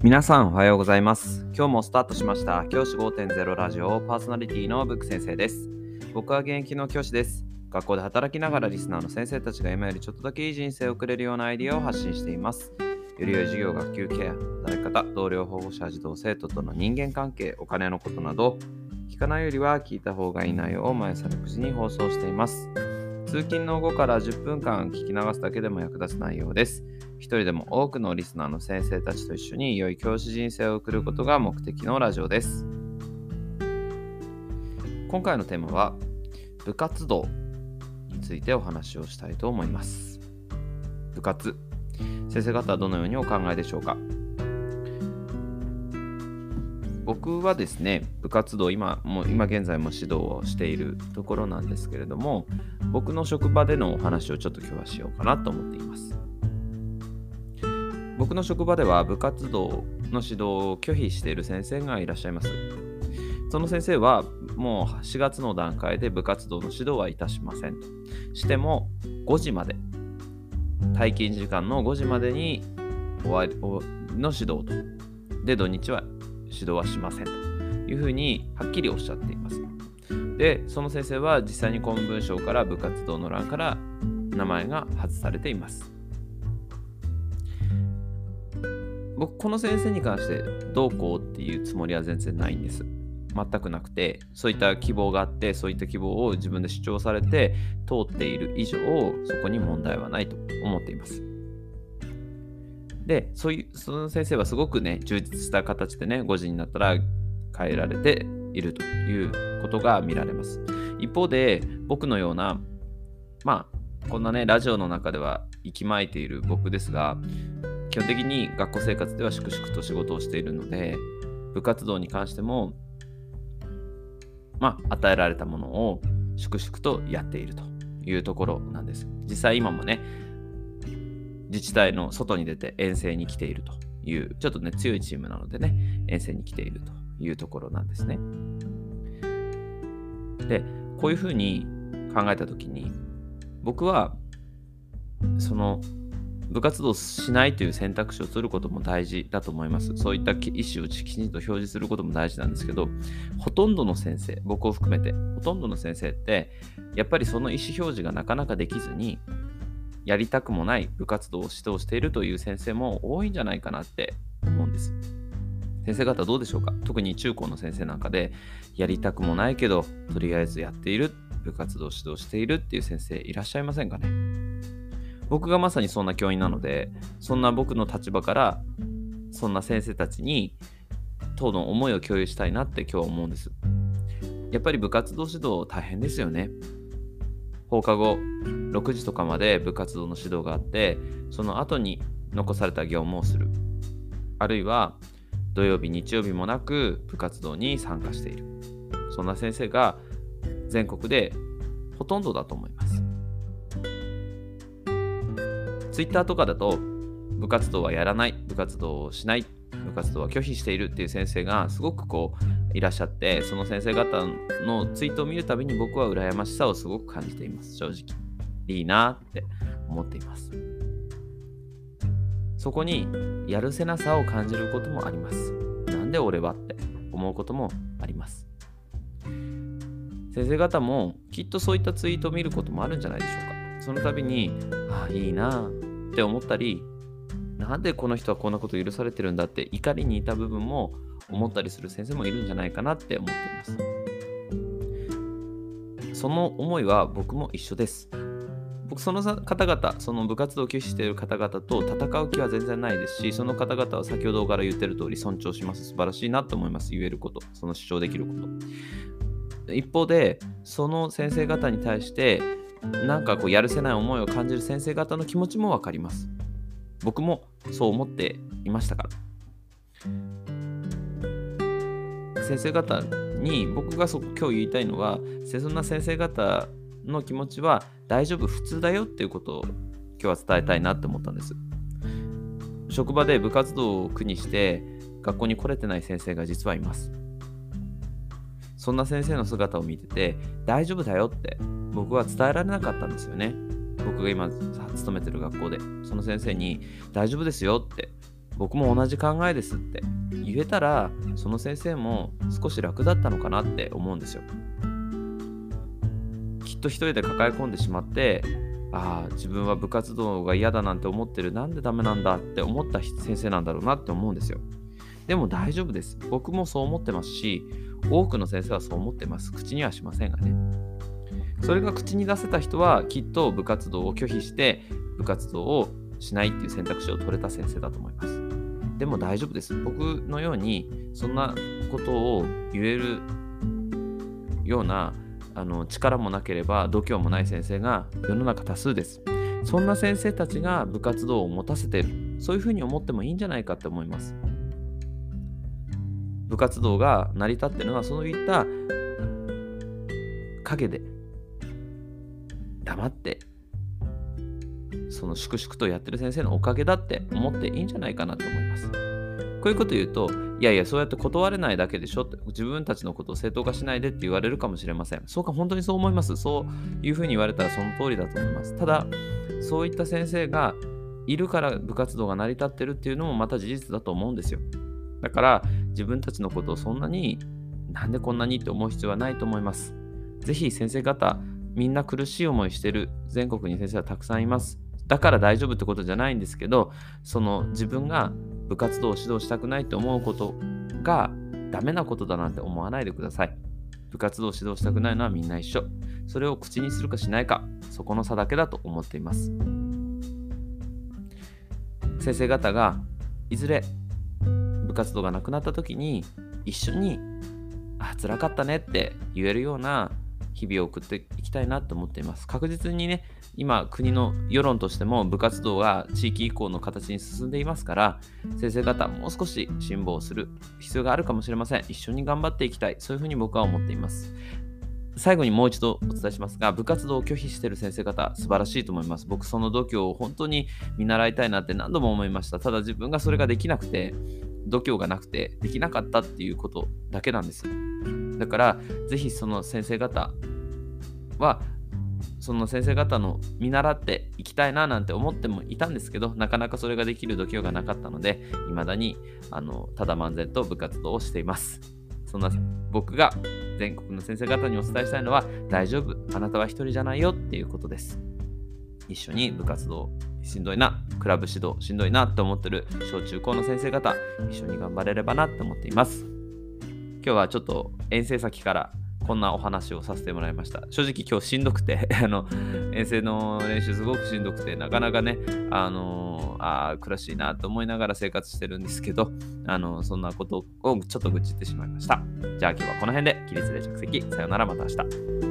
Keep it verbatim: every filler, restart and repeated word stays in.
皆さんおはようございます。今日もスタートしました教師 ごてんゼロ ラジオパーソナリティのブック先生です。僕は現役の教師です。学校で働きながらリスナーの先生たちが今よりちょっとだけいい人生を送れるようなアイディアを発信しています。より良い授業、学級ケア、働き方、同僚、保護者、児童生徒との人間関係、お金のことなど聞かないよりは聞いた方がいい内容を毎朝ろくじに放送しています。通勤の後からじゅっぷんかん聞き流すだけでも役立つ内容です。一人でも多くのリスナーの先生たちと一緒に良い教師人生を送ることが目的のラジオです。今回のテーマは部活動についてお話をしたいと思います。部活、先生方はどのようにお考えでしょうか。僕はですね、部活動今も今現在も指導をしているところなんですけれども、僕の職場でのお話をちょっと今日はしようかなと思っています。僕の職場では部活動の指導を拒否している先生がいらっしゃいます。その先生はもうしがつの段階で部活動の指導はいたしませんとしてもごじまで、退勤時間のごじまでに終わりの指導とで土日は指導はしませんというふうにはっきりおっしゃっています。で、その先生は実際に公務文書から部活動の欄から名前が外されています。僕この先生に関してどうこうっていうつもりは全然ないんです。全くなくて、そういった希望があってそういった希望を自分で主張されて通っている以上そこに問題はないと思っています。で、そういうその先生はすごくね充実した形でねごじになったら変えられているということが見られます。一方で僕のようなまあこんなねラジオの中では息巻いている僕ですが、基本的に学校生活では粛々と仕事をしているので、部活動に関してもまあ与えられたものを粛々とやっているというところなんです。実際今もね自治体の外に出て遠征に来ているというちょっとね強いチームなのでね遠征に来ているというところなんですね。で、こういうふうに考えたときに僕はその部活動をしないという選択肢を取ることも大事だと思います。そういった意思をきちんと表示することも大事なんですけど、ほとんどの先生、僕を含めてほとんどの先生ってやっぱりその意思表示がなかなかできずにやりたくもない部活動を指導しているという先生も多いんじゃないかなって思うんです。先生方どうでしょうか。特に中高の先生なんかでやりたくもないけどとりあえずやっている部活動を指導しているっていう先生いらっしゃいませんかね。僕がまさにそんな教員なので、そんな僕の立場からそんな先生たちに当の思いを共有したいなって今日は思うんです。やっぱり部活動指導大変ですよね。放課後ろくじとかまで部活動の指導があって、その後に残された業務をする、あるいは土曜日日曜日もなく部活動に参加している、そんな先生が全国でほとんどだと思います。ツイッターとかだと部活動はやらない、部活動をしない、部活動は拒否しているっていう先生がすごくこういらっしゃって、その先生方のツイートを見るたびに僕は羨ましさをすごく感じています。正直いいなって思っています。そこにやるせなさを感じることもあります。なんで俺はって思うこともあります。先生方もきっとそういったツイートを見ることもあるんじゃないでしょうか。その度にああいいなって思ったり、なんでこの人はこんなこと許されてるんだって怒りにいた部分も思ったりする先生もいるんじゃないかなって思っています。その思いは僕も一緒です。僕その方々、その部活動を拒否している方々と戦う気は全然ないですし、その方々は先ほどから言ってる通り尊重します。素晴らしいなと思います。言えること、その主張できること。一方でその先生方に対してなんかこうやるせない思いを感じる先生方の気持ちもわかります。僕もそう思っていましたから。先生方に僕がそ今日言いたいのは、そんな先生方の気持ちは大丈夫、普通だよっていうことを今日は伝えたいなって思ったんです。職場で部活動を苦にして学校に来れてない先生が実はいます。そんな先生の姿を見てて大丈夫だよって僕は伝えられなかったんですよね。僕が今勤めてる学校でその先生に大丈夫ですよって僕も同じ考えですって言えたら、その先生も少し楽だったのかなって思うんですよ。きっと一人で抱え込んでしまって、ああ自分は部活動が嫌だなんて思ってる、なんでダメなんだって思った先生なんだろうなって思うんですよ。でも大丈夫です。僕もそう思ってますし、多くの先生はそう思ってます。口にはしませんがね。それが口に出せた人はきっと部活動を拒否して部活動をしないっていう選択肢を取れた先生だと思います。でも大丈夫です。僕のようにそんなことを言えるようなあの力もなければ度胸もない先生が世の中多数です。そんな先生たちが部活動を持たせている、そういうふうに思ってもいいんじゃないかって思います。部活動が成り立っているのはそういった陰で黙ってその粛々とやってる先生のおかげだって思っていいんじゃないかなと思います。こういうこと言うと、いやいやそうやって断れないだけでしょって、自分たちのことを正当化しないでって言われるかもしれません。そうか、本当にそう思います。そういうふうに言われたらその通りだと思います。ただそういった先生がいるから部活動が成り立ってるっていうのもまた事実だと思うんですよ。だから自分たちのことをそんなになんでこんなにって思う必要はないと思います。ぜひ先生方、みんな苦しい思いしてる全国に先生はたくさんいます。だから大丈夫ってことじゃないんですけど、その自分が部活動を指導したくないと思うことがダメなことだなんて思わないでください。部活動を指導したくないのはみんな一緒。それを口にするかしないか、そこの差だけだと思っています。先生方がいずれ部活動がなくなった時に一緒にあ辛かったねって言えるような日々を送っていきたいなと思っています。確実にね、今国の世論としても部活動が地域移行の形に進んでいますから、先生方もう少し辛抱する必要があるかもしれません。一緒に頑張っていきたい、そういうふうに僕は思っています。最後にもう一度お伝えしますが、部活動を拒否している先生方素晴らしいと思います。僕その度胸を本当に見習いたいなって何度も思いました。ただ自分がそれができなくて、度胸がなくてできなかったっていうことだけなんです。だからぜひその先生方はその先生方の見習っていきたいななんて思ってもいたんですけど、なかなかそれができる度胸がなかったので、未だにあのただ漫然と部活動をしています。そんな僕が全国の先生方にお伝えしたいのは、大丈夫、あなたは一人じゃないよっていうことです。一緒に部活動しんどいな、クラブ指導しんどいなって思ってる小中高の先生方、一緒に頑張れればなって思っています。今日はちょっと遠征先からこんなお話をさせてもらいました。正直今日しんどくてあの遠征の練習すごくしんどくて、なかなかね、あのー、あ苦しいなと思いながら生活してるんですけど、あのー、そんなことをちょっと愚痴ってしまいました。じゃあ今日はこの辺で起立で着席。さよなら、また明日。